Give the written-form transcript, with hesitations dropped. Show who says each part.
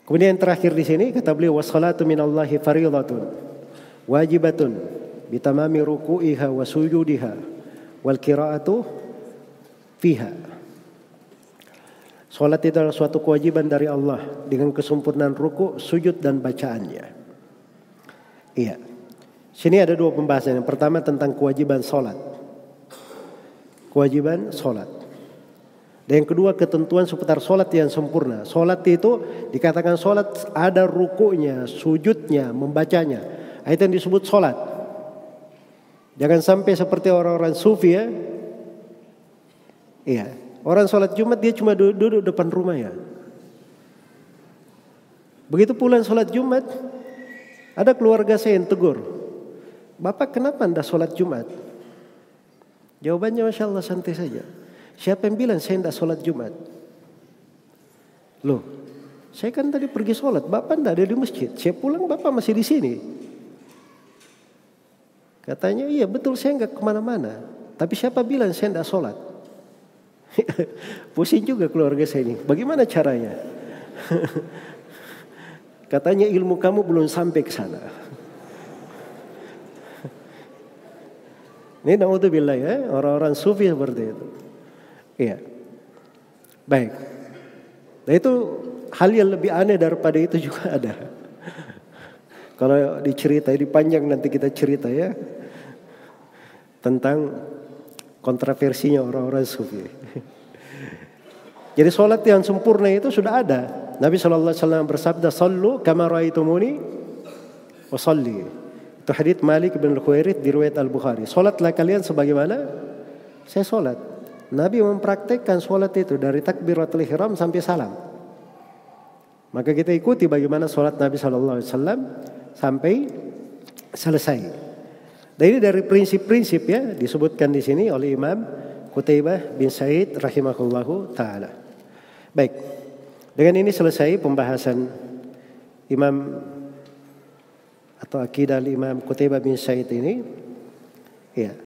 Speaker 1: Kemudian yang terakhir di sini kata beliau wassalatu minallahi fariidatun wajibatun bitamami ruku'iha wa sujudiha wal qira'atu fiha. Salat itu adalah suatu kewajiban dari Allah dengan kesempurnaan ruku', sujud dan bacaannya. Iya. Sini ada dua pembahasan. Yang pertama tentang kewajiban salat. Kewajiban salat. Dan yang kedua ketentuan seputar salat yang sempurna. Salat itu dikatakan salat ada ruku'nya, sujudnya, membacanya. Itu yang disebut salat. Jangan sampai seperti orang-orang sufi ya. Iya. Orang sholat Jumat dia cuma duduk depan rumah ya. Begitu pulang sholat Jumat, ada keluarga saya yang tegur, "Bapak kenapa anda sholat Jumat?" Jawabannya Masya Allah santai saja. "Siapa yang bilang saya tidak sholat Jumat?" "Loh, saya kan tadi pergi sholat, bapak tidak ada di masjid. Saya pulang bapak masih di sini." Katanya, "Iya betul saya nggak kemana-mana. Tapi siapa bilang saya tidak sholat?" Pusing juga keluarga saya ini. Bagaimana caranya? Katanya ilmu kamu belum sampai ke sana. Ini naudzubillah ya, orang-orang sufi seperti itu. Iya. Baik. Nah itu hal yang lebih aneh daripada itu juga ada. Kalau diceritai, dipanjang nanti kita cerita ya. Tentang kontroversinya orang-orang sufi. Jadi sholat yang sempurna itu sudah ada. Nabi SAW bersabda, "Sallu kama ra'aitumuni usalli." Itu hadits Malik bin Al-Khuwairith di riwayat Al-Bukhari. Sholatlah kalian sebagaimana saya sholat. Nabi mempraktekkan sholat itu dari takbiratul ihram sampai salam. Maka kita ikuti bagaimana sholat Nabi SAW sampai selesai. Dan ini dari prinsip-prinsip ya disebutkan di sini oleh Imam Qutaibah bin Sa'id rahimahullahu taala. Baik. Dengan ini selesai pembahasan Imam atau akidah Imam Qutaibah bin Sa'id ini. Ya.